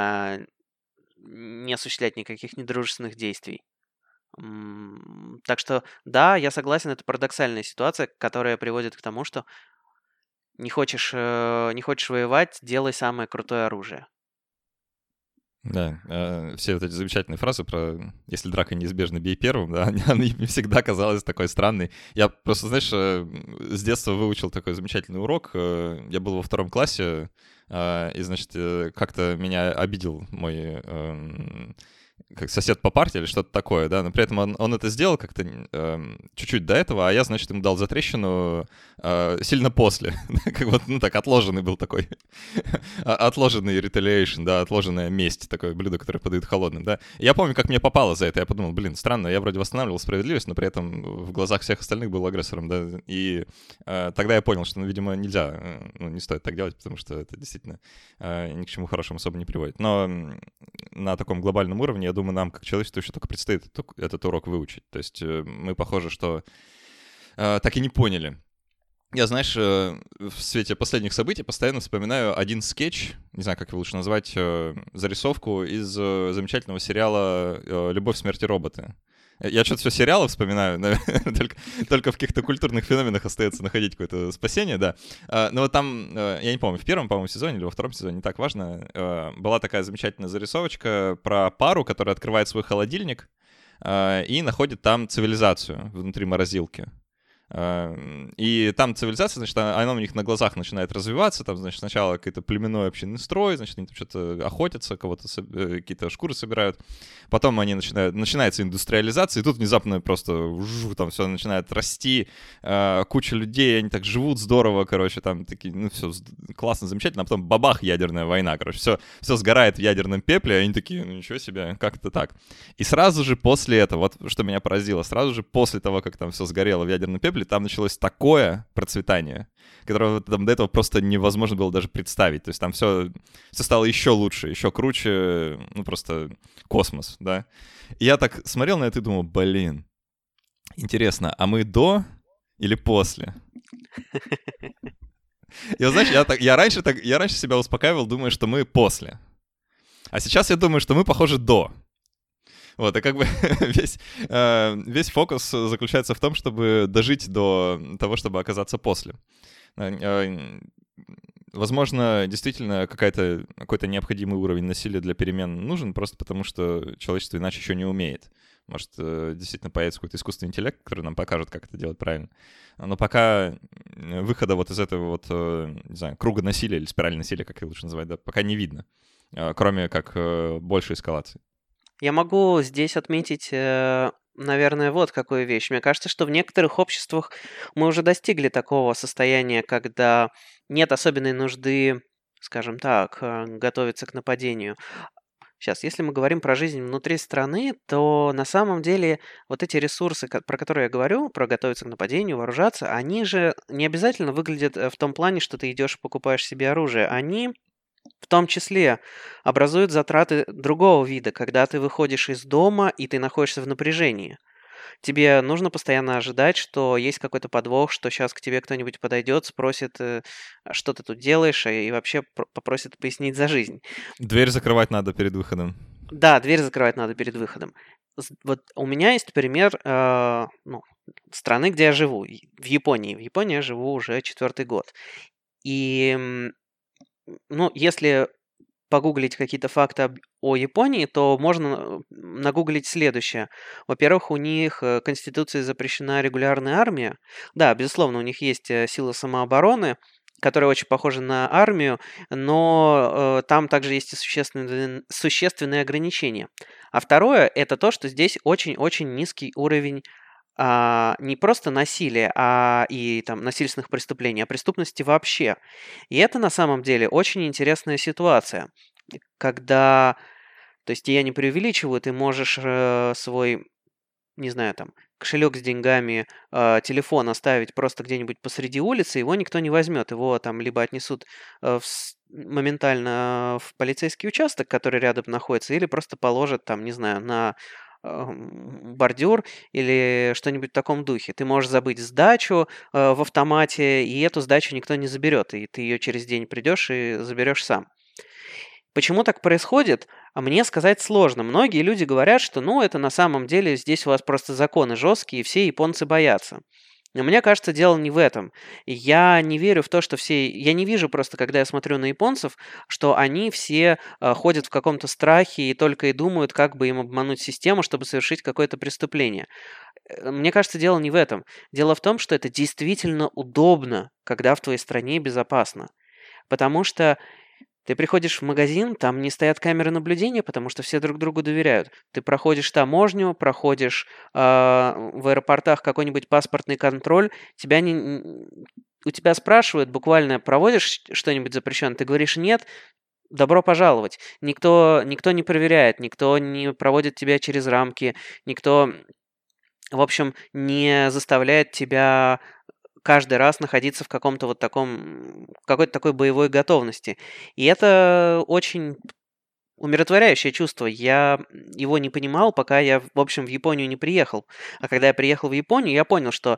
Speaker 2: не осуществлять никаких недружественных действий. Так что, да, я согласен, это парадоксальная ситуация, которая приводит к тому, что не хочешь воевать, делай самое крутое оружие.
Speaker 1: Да, все вот эти замечательные фразы про «если драка неизбежна, бей первым», да, они мне всегда казалась такой странной. Я просто, знаешь, с детства выучил такой замечательный урок. Я был во 2 классе, и, значит, как-то меня обидел мой как сосед по парте или что-то такое, да, но при этом он это сделал как-то чуть-чуть до этого, а я, значит, ему дал затрещину сильно после. Как вот, ну так, отложенный был такой, отложенный retaliation, да, отложенная месть, такое блюдо, которое подают холодным, да. И я помню, как мне попало за это, я подумал, блин, странно, я вроде восстанавливал справедливость, но при этом в глазах всех остальных был агрессором, да, и тогда я понял, что, ну, видимо, нельзя, ну, не стоит так делать, потому что это действительно ни к чему хорошему особо не приводит. Но на таком глобальном уровне, я думаю, нам, как человечеству, еще только предстоит этот урок выучить. То есть мы, похоже, что так и не поняли. Я, знаешь, в свете последних событий постоянно вспоминаю один скетч, не знаю, как его лучше назвать, зарисовку из замечательного сериала «Любовь, смерть и роботы». Я что-то все сериалы вспоминаю, только в каких-то культурных феноменах остается находить какое-то спасение, да. Но вот там, я не помню, в 1, по-моему, сезоне или во 2 сезоне, не так важно, была такая замечательная зарисовочка про пару, которая открывает свой холодильник и находит там цивилизацию внутри морозилки. И там цивилизация, значит, она у них на глазах начинает развиваться, там, значит, сначала какой-то племенной общинный строй, значит, они там что-то охотятся, кого-то какие-то шкуры собирают, потом они начинается индустриализация, и тут внезапно просто там все начинает расти, куча людей, они так живут здорово, короче, там такие, ну, все классно, замечательно, а потом бабах, ядерная война, короче, все сгорает в ядерном пепле, и они такие, ну, ничего себе, как это так? И сразу же после этого, вот что меня поразило, сразу же после того, как там все сгорело в ядерном пепле, там началось такое процветание, которого там до этого просто невозможно было даже представить. То есть там все стало еще лучше, еще круче, ну просто космос, да. И я так смотрел на это и думал, блин, интересно, а мы до или после? И вот, знаешь, я раньше себя успокаивал, думая, что мы после. А сейчас я думаю, что мы, похоже, до. Вот, и как бы весь фокус заключается в том, чтобы дожить до того, чтобы оказаться после. Возможно, действительно какой-то необходимый уровень насилия для перемен нужен, просто потому что человечество иначе еще не умеет. Может, действительно появится какой-то искусственный интеллект, который нам покажет, как это делать правильно. Но пока выхода вот из этого вот, не знаю, круга насилия или спирали насилия, как ее лучше называть, да, пока не видно, кроме как большей эскалации.
Speaker 2: Я могу здесь отметить, наверное, вот какую вещь. Мне кажется, что в некоторых обществах мы уже достигли такого состояния, когда нет особенной нужды, скажем так, готовиться к нападению. Сейчас, если мы говорим про жизнь внутри страны, то на самом деле вот эти ресурсы, про которые я говорю, про готовиться к нападению, вооружаться, они же не обязательно выглядят в том плане, что ты идешь и покупаешь себе оружие. Они в том числе образуют затраты другого вида, когда ты выходишь из дома и ты находишься в напряжении. Тебе нужно постоянно ожидать, что есть какой-то подвох, что сейчас к тебе кто-нибудь подойдет, спросит, что ты тут делаешь, и вообще попросит пояснить за жизнь.
Speaker 1: Дверь закрывать надо перед выходом.
Speaker 2: Да, дверь закрывать надо перед выходом. Вот у меня есть пример страны, где я живу, в Японии. В Японии я живу уже 4-й год. И если погуглить какие-то факты о Японии, то можно нагуглить следующее. Во-первых, у них Конституцией запрещена регулярная армия. Да, безусловно, у них есть силы самообороны, которые очень похожи на армию, но там также есть и существенные ограничения. А второе, это то, что здесь очень-очень низкий уровень не просто насилия, и там насильственных преступлений, а преступности вообще. И это на самом деле очень интересная ситуация, когда, то есть я не преувеличиваю, ты можешь свой, не знаю, там, кошелек с деньгами, телефон оставить просто где-нибудь посреди улицы, его никто не возьмет, его там либо отнесут моментально в полицейский участок, который рядом находится, или просто положат там, не знаю, на бордюр или что-нибудь в таком духе. Ты можешь забыть сдачу в автомате, и эту сдачу никто не заберет, и ты ее через день придешь и заберешь сам. Почему так происходит? А мне сказать сложно. Многие люди говорят, что это на самом деле здесь у вас просто законы жесткие, и все японцы боятся. Но мне кажется, дело не в этом. Я не верю в то, что все... Я не вижу просто, когда я смотрю на японцев, что они все ходят в каком-то страхе и только и думают, как бы им обмануть систему, чтобы совершить какое-то преступление. Мне кажется, дело не в этом. Дело в том, что это действительно удобно, когда в твоей стране безопасно. Потому что ты приходишь в магазин, там не стоят камеры наблюдения, потому что все друг другу доверяют. Ты проходишь таможню, проходишь в аэропортах какой-нибудь паспортный контроль, у тебя спрашивают, буквально проводишь что-нибудь запрещенное, ты говоришь нет, добро пожаловать. Никто не проверяет, никто не проводит тебя через рамки, никто, в общем, не заставляет тебя каждый раз находиться в каком-то вот таком, какой-то такой боевой готовности. И это очень умиротворяющее чувство. Я его не понимал, пока я, в общем, в Японию не приехал. А когда я приехал в Японию, я понял, что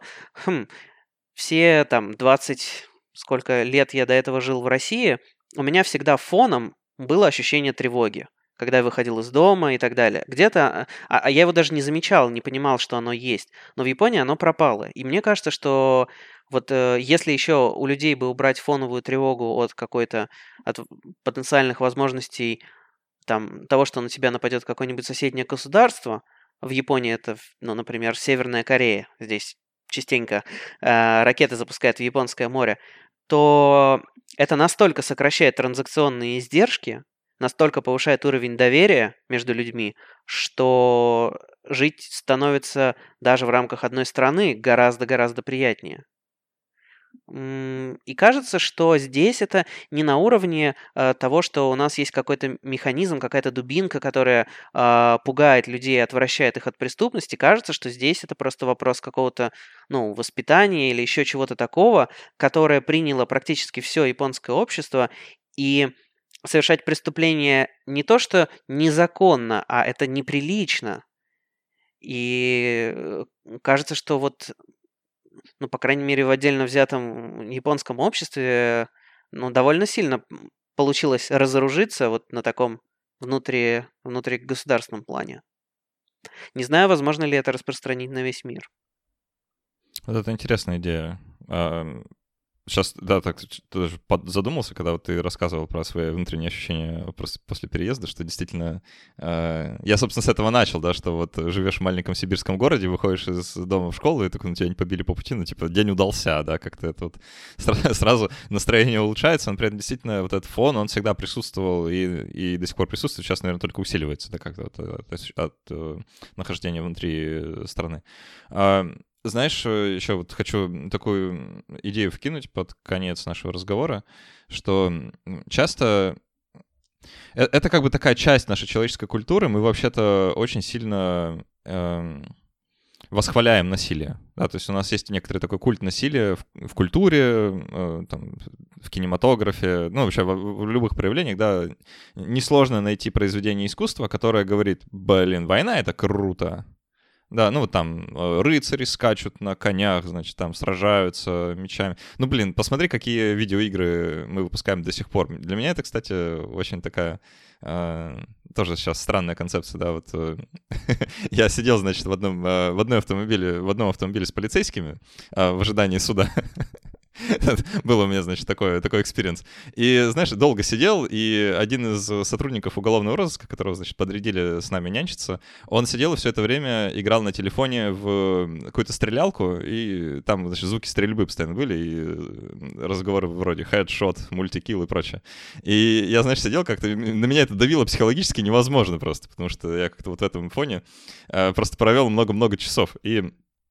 Speaker 2: все там 20, сколько лет я до этого жил в России, у меня всегда фоном было ощущение тревоги, когда я выходил из дома и так далее. Где-то, я его даже не замечал, не понимал, что оно есть. Но в Японии оно пропало. И мне кажется, что вот если еще у людей бы убрать фоновую тревогу от потенциальных возможностей того, что на тебя нападет какое-нибудь соседнее государство, в Японии это, например, Северная Корея, здесь частенько ракеты запускают в Японское море, то это настолько сокращает транзакционные издержки, настолько повышает уровень доверия между людьми, что жить становится даже в рамках одной страны гораздо-гораздо приятнее. И кажется, что здесь это не на уровне того, что у нас есть какой-то механизм, какая-то дубинка, которая пугает людей и отвращает их от преступности. Кажется, что здесь это просто вопрос какого-то, ну, воспитания или еще чего-то такого, которое приняло практически все японское общество, и совершать преступление не то, что незаконно, а это неприлично. И кажется, что вот, ну, по крайней мере, в отдельно взятом японском обществе, ну, довольно сильно получилось разоружиться вот на таком внутригосударственном плане. Не знаю, возможно ли это распространить на весь мир.
Speaker 1: Вот это интересная идея. Сейчас, да, так даже задумался, когда вот ты рассказывал про свои внутренние ощущения после переезда, что действительно... Я, собственно, с этого начал, да, что вот живешь в маленьком сибирском городе, выходишь из дома в школу, и такой, ну, тебя не побили по пути, ну, типа, день удался, да, как-то это вот сразу настроение улучшается, но при этом действительно вот этот фон, он всегда присутствовал и до сих пор присутствует, сейчас, наверное, только усиливается, да, как-то от нахождения внутри страны. Знаешь, еще вот хочу такую идею вкинуть под конец нашего разговора, что часто это как бы такая часть нашей человеческой культуры, мы вообще-то очень сильно восхваляем насилие. Да, то есть у нас есть некоторый такой культ насилия в культуре, там, в кинематографе, ну, вообще в любых проявлениях, да, несложно найти произведение искусства, которое говорит, блин, война — это круто. Да, ну вот там рыцари скачут на конях, значит, там сражаются мечами. Ну, блин, посмотри, какие видеоигры мы выпускаем до сих пор. Для меня это, кстати, очень такая тоже сейчас странная концепция, да, вот я сидел, значит, в одном автомобиле с полицейскими в ожидании суда. Был у меня, значит, такой экспириенс. И, знаешь, долго сидел, и один из сотрудников уголовного розыска, которого, значит, подрядили с нами нянчиться, он сидел и все это время играл на телефоне в какую-то стрелялку, и там, значит, звуки стрельбы постоянно были, и разговоры вроде headshot, мультикилл и прочее. И я, знаешь, сидел как-то, на меня это давило психологически невозможно просто, потому что я как-то вот в этом фоне просто провел много-много часов. И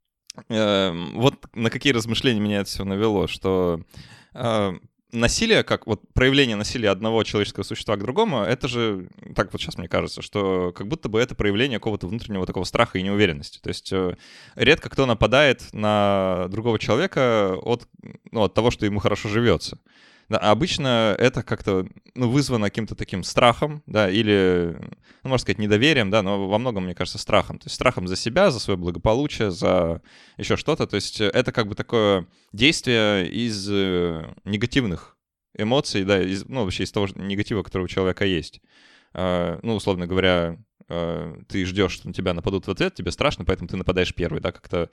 Speaker 1: вот на какие размышления меня это все навело, что насилие, как вот проявление насилия одного человеческого существа к другому, это же, так вот сейчас мне кажется, что как будто бы это проявление какого-то внутреннего такого страха и неуверенности. То есть редко кто нападает на другого человека от того, что ему хорошо живется. Да, обычно это как-то вызвано каким-то таким страхом, да, или, можно сказать, недоверием, да, но во многом, мне кажется, страхом. То есть страхом за себя, за свое благополучие, за еще что-то. То есть это как бы такое действие из негативных эмоций, да, вообще из того негатива, который у человека есть. Условно говоря, ты ждешь, что на тебя нападут в ответ, тебе страшно, поэтому ты нападаешь первый, да, как-то...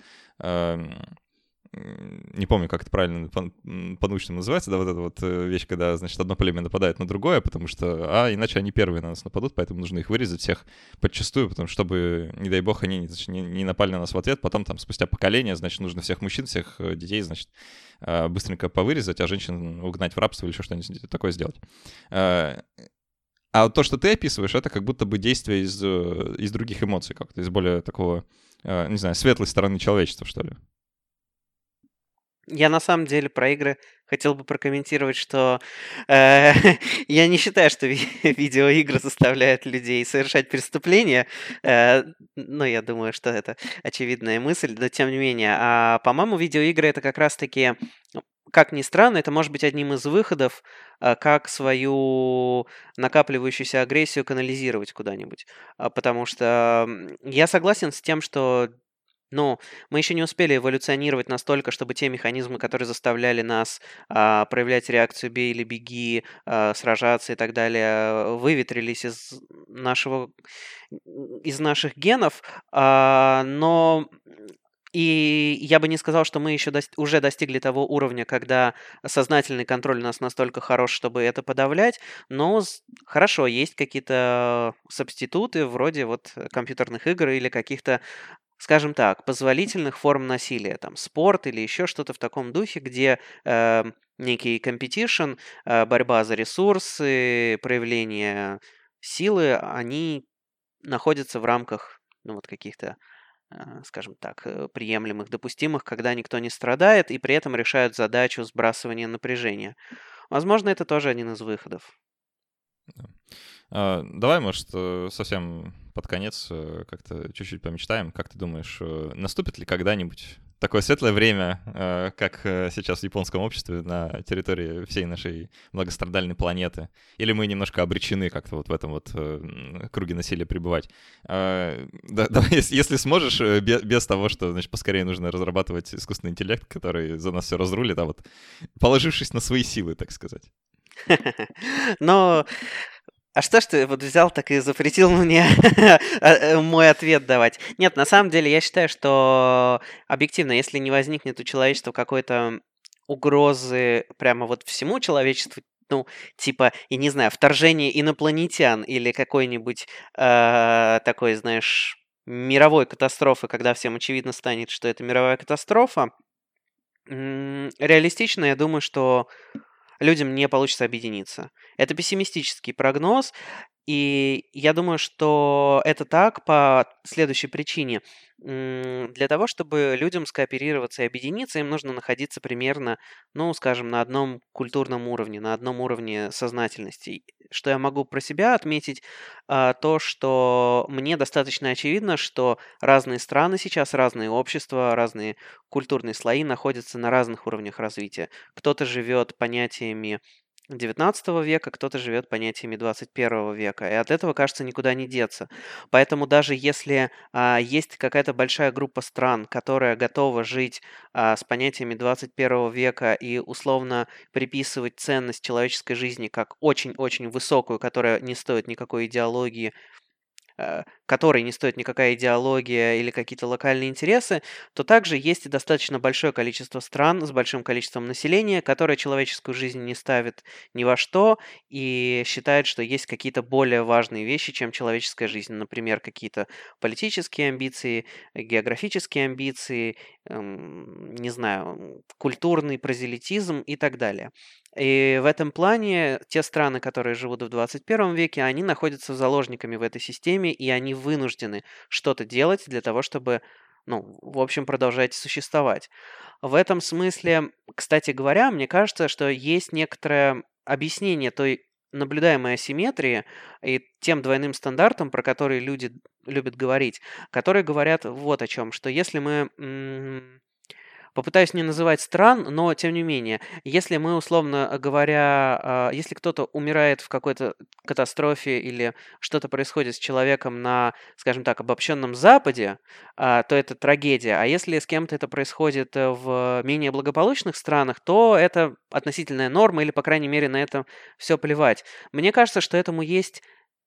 Speaker 1: Не помню, как это правильно по-научному называется, да, вот эта вот вещь, когда, значит, одно племя нападает на другое, потому что, иначе они первые на нас нападут, поэтому нужно их вырезать всех подчистую, потому что, чтобы, не дай бог, они не напали на нас в ответ, потом там спустя поколение, значит, нужно всех мужчин, всех детей, значит, быстренько повырезать, а женщин угнать в рабство или еще что-нибудь такое сделать. А вот то, что ты описываешь, это как будто бы действие из других эмоций как-то, из более такого, не знаю, светлой стороны человечества, что ли.
Speaker 2: Я на самом деле про игры хотел бы прокомментировать, что я не считаю, что видеоигры заставляют людей совершать преступления. Ну, я думаю, что это очевидная мысль, но тем не менее. По-моему, видеоигры это как раз-таки, как ни странно, это может быть одним из выходов, как свою накапливающуюся агрессию канализировать куда-нибудь. Потому что я согласен с тем, что мы еще не успели эволюционировать настолько, чтобы те механизмы, которые заставляли нас проявлять реакцию «бей или беги», сражаться и так далее, выветрились из наших генов. Но и я бы не сказал, что мы еще уже достигли того уровня, когда сознательный контроль у нас настолько хорош, чтобы это подавлять. Но хорошо, есть какие-то субституты вроде вот компьютерных игр или каких-то скажем так, позволительных форм насилия, там, спорт или еще что-то в таком духе, где некий competition, борьба за ресурсы, проявление силы, они находятся в рамках, ну, вот каких-то, скажем так, приемлемых, допустимых, когда никто не страдает, и при этом решают задачу сбрасывания напряжения. Возможно, это тоже один из выходов.
Speaker 1: Давай, может, совсем под конец как-то чуть-чуть помечтаем. Как ты думаешь, наступит ли когда-нибудь такое светлое время, как сейчас в японском обществе на территории всей нашей многострадальной планеты? Или мы немножко обречены как-то вот в этом вот круге насилия пребывать? Давай, если сможешь, без того, что, значит, поскорее нужно разрабатывать искусственный интеллект, который за нас все разрулит, а вот положившись на свои силы, так сказать.
Speaker 2: Но а что ж ты вот взял, так и запретил мне мой ответ давать? Нет, на самом деле я считаю, что объективно, если не возникнет у человечества какой-то угрозы прямо вот всему человечеству, ну, типа, и не знаю, вторжение инопланетян или какой-нибудь такой, знаешь, мировой катастрофы, когда всем очевидно станет, что это мировая катастрофа, реалистично, я думаю, что людям не получится объединиться. Это пессимистический прогноз, и я думаю, что это так по следующей причине. Для того, чтобы людям скооперироваться и объединиться, им нужно находиться примерно, ну, скажем, на одном культурном уровне, на одном уровне сознательности. Что я могу про себя отметить, то, что мне достаточно очевидно, что разные страны сейчас, разные общества, разные культурные слои находятся на разных уровнях развития. Кто-то живет понятиями XIX века, кто-то живет понятиями XXI века. И от этого, кажется, никуда не деться. Поэтому даже если есть какая-то большая группа стран, которая готова жить с понятиями XXI века и условно приписывать ценность человеческой жизни как очень-очень высокую, которая не стоит никакой идеологии, которой не стоит никакая идеология или какие-то локальные интересы, то также есть и достаточно большое количество стран с большим количеством населения, которое человеческую жизнь не ставит ни во что и считает, что есть какие-то более важные вещи, чем человеческая жизнь. Например, какие-то политические амбиции, географические амбиции, не знаю, культурный прозелитизм и так далее. И в этом плане те страны, которые живут в 21 веке, они находятся заложниками в этой системе, и они вынуждены что-то делать для того, чтобы, ну, в общем, продолжать существовать. В этом смысле, кстати говоря, мне кажется, что есть некоторое объяснение той наблюдаемой асимметрии и тем двойным стандартам, про которые люди любят говорить, которые говорят вот о чем, что если мы попытаюсь не называть стран, но тем не менее, если мы, условно говоря, если кто-то умирает в какой-то катастрофе или что-то происходит с человеком на, скажем так, обобщенном Западе, то это трагедия. А если с кем-то это происходит в менее благополучных странах, то это относительная норма или, по крайней мере, на это все плевать. Мне кажется, что этому есть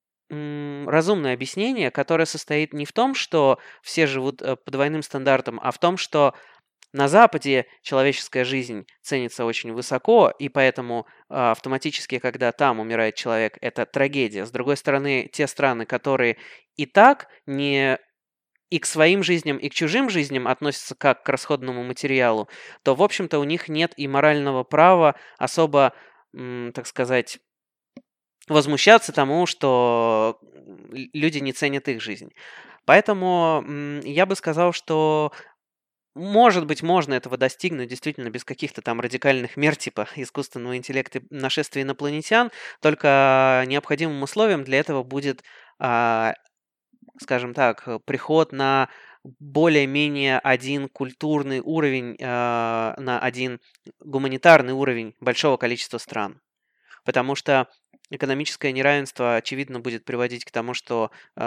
Speaker 2: разумное объяснение, которое состоит не в том, что все живут по двойным стандартам, а в том, что на Западе человеческая жизнь ценится очень высоко, и поэтому автоматически, когда там умирает человек, это трагедия. С другой стороны, те страны, которые и так не и к своим жизням, и к чужим жизням относятся как к расходному материалу, то, в общем-то, у них нет и морального права особо, так сказать, возмущаться тому, что люди не ценят их жизнь. Поэтому я бы сказал, что может быть, можно этого достигнуть действительно без каких-то там радикальных мер типа искусственного интеллекта и нашествия инопланетян, только необходимым условием для этого будет, а, скажем так, приход на более-менее один культурный уровень, на один гуманитарный уровень большого количества стран. Потому что экономическое неравенство, очевидно, будет приводить к тому, что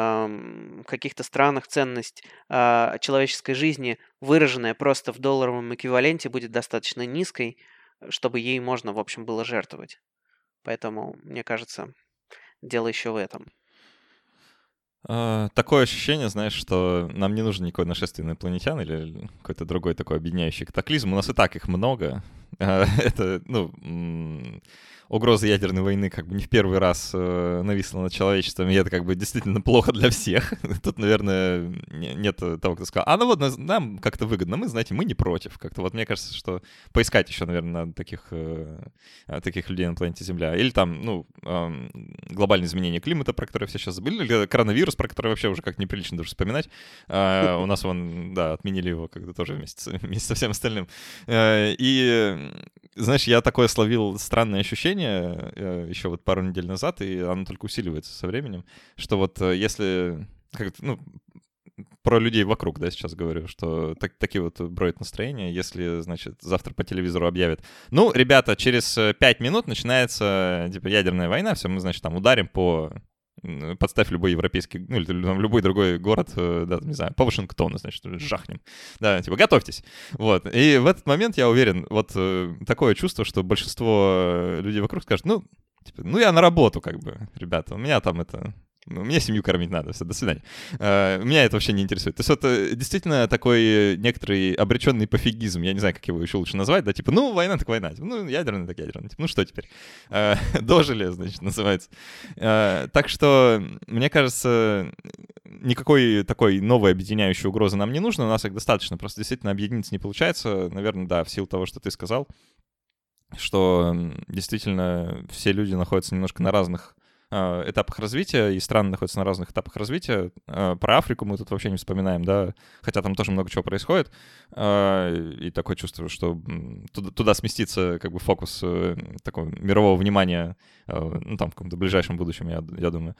Speaker 2: в каких-то странах ценность человеческой жизни, выраженная просто в долларовом эквиваленте, будет достаточно низкой, чтобы ей можно, в общем, было жертвовать. Поэтому, мне кажется, дело еще в этом.
Speaker 1: Такое ощущение, знаешь, что нам не нужно никакое нашествие инопланетян или какой-то другой такой объединяющий катаклизм. У нас и так их много. Это, угроза ядерной войны как бы не в первый раз нависла над человечеством, и это как бы действительно плохо для всех. Тут, наверное, нет того, кто сказал, ну вот нам как-то выгодно, мы, знаете, мы не против. Как-то вот мне кажется, что поискать еще, наверное, надо таких людей на планете Земля. Или там, глобальные изменения климата, про которые все сейчас забыли, или коронавирус, про который вообще уже как неприлично даже вспоминать. У нас отменили его когда тоже вместе со всем остальным. И, знаешь, я такое словил странное ощущение еще вот пару недель назад, и оно только усиливается со временем, что вот если... про людей вокруг, да, сейчас говорю, что такие вот бродят настроения, если, значит, завтра по телевизору объявят, ребята, через 5 минут начинается, типа, ядерная война, все, мы, значит, там ударим подставь любой европейский, или любой другой город, да, не знаю, по Вашингтону, значит, жахнем. Да, типа, готовьтесь. Вот. И в этот момент, я уверен, вот такое чувство, что большинство людей вокруг скажут, я на работу, как бы, ребята, у меня там мне семью кормить надо, все, до свидания. Меня это вообще не интересует. То есть это действительно такой некоторый обреченный пофигизм, я не знаю, как его еще лучше назвать, да, типа, война так война, типа, ядерная так ядерная, типа, что теперь? Дожили, значит, называется. Так что, мне кажется, никакой такой новой объединяющей угрозы нам не нужно, у нас их достаточно, просто действительно объединиться не получается, наверное, да, в силу того, что ты сказал, что действительно все люди находятся немножко на разных этапах развития, и страны находятся на разных этапах развития. Про Африку мы тут вообще не вспоминаем, да, хотя там тоже много чего происходит, и такое чувство, что туда сместится как бы фокус такого мирового внимания, там в каком-то ближайшем будущем, я думаю.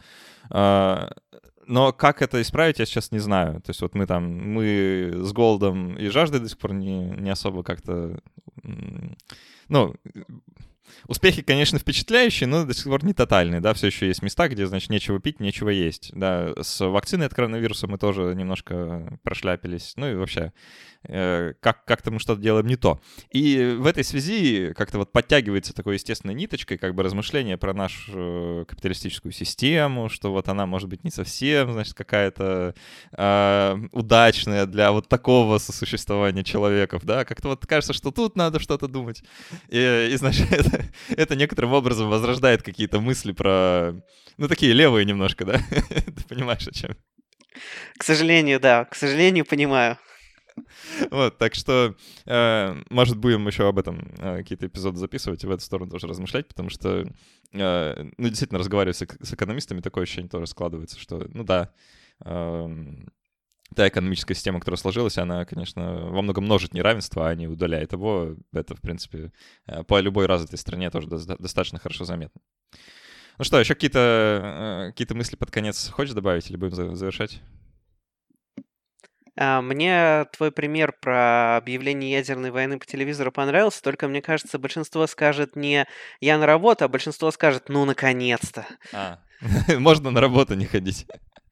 Speaker 1: Но как это исправить, я сейчас не знаю. То есть вот мы с голодом и жаждой до сих пор не особо как-то... Успехи, конечно, впечатляющие, но до сих пор не тотальные, да, все еще есть места, где, значит, нечего пить, нечего есть, да, с вакциной от коронавируса мы тоже немножко прошляпились, и вообще, как-то мы что-то делаем не то. И в этой связи как-то вот подтягивается такой естественной ниточкой как бы размышление про нашу капиталистическую систему, что вот она может быть не совсем, значит, какая-то удачная для вот такого сосуществования человеков, да, как-то вот кажется, что тут надо что-то думать. И значит, это некоторым образом возрождает какие-то мысли про, такие левые немножко, да? Ты понимаешь, о чем?
Speaker 2: К сожалению, да, к сожалению, понимаю.
Speaker 1: Вот, так что, может, будем еще об этом какие-то эпизоды записывать и в эту сторону тоже размышлять, потому что, действительно, разговаривая с экономистами, такое ощущение тоже складывается, что, та экономическая система, которая сложилась, она, конечно, во многом множит неравенство, а не удаляет его. Это, в принципе, по любой развитой стране тоже достаточно хорошо заметно. Ну что, еще какие-то мысли под конец хочешь добавить или будем завершать?
Speaker 2: Мне твой пример про объявление ядерной войны по телевизору понравился, только мне кажется, большинство скажет не «я на работу», а большинство скажет «ну, наконец-то».
Speaker 1: Можно на работу не ходить.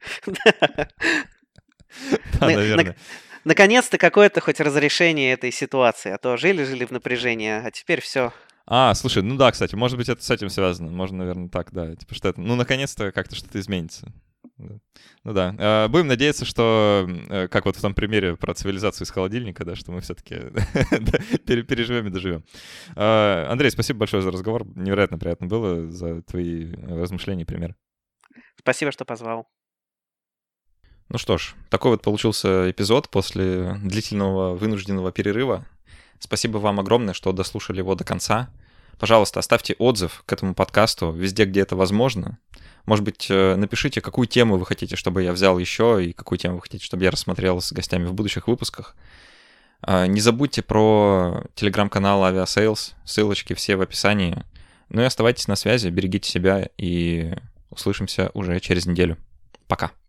Speaker 1: Да, наверное.
Speaker 2: Наконец-то какое-то хоть разрешение этой ситуации, а то жили-жили в напряжении, а теперь все.
Speaker 1: Слушай, да, кстати, может быть, это с этим связано. Можно, наверное, так, да. Типа, что это, наконец-то как-то что-то изменится. Да. Будем надеяться, что, как вот в том примере про цивилизацию из холодильника, да, что мы все-таки переживем и доживем. Андрей, спасибо большое за разговор. Невероятно приятно было, за твои размышления и примеры.
Speaker 2: Спасибо, что позвал.
Speaker 1: Ну что ж, такой вот получился эпизод после длительного вынужденного перерыва. Спасибо вам огромное, что дослушали его до конца. Пожалуйста, оставьте отзыв к этому подкасту везде, где это возможно. Может быть, напишите, какую тему вы хотите, чтобы я взял еще, и какую тему вы хотите, чтобы я рассмотрел с гостями в будущих выпусках. Не забудьте про телеграм-канал Aviasales, ссылочки все в описании. Ну и оставайтесь на связи, берегите себя, и услышимся уже через неделю. Пока.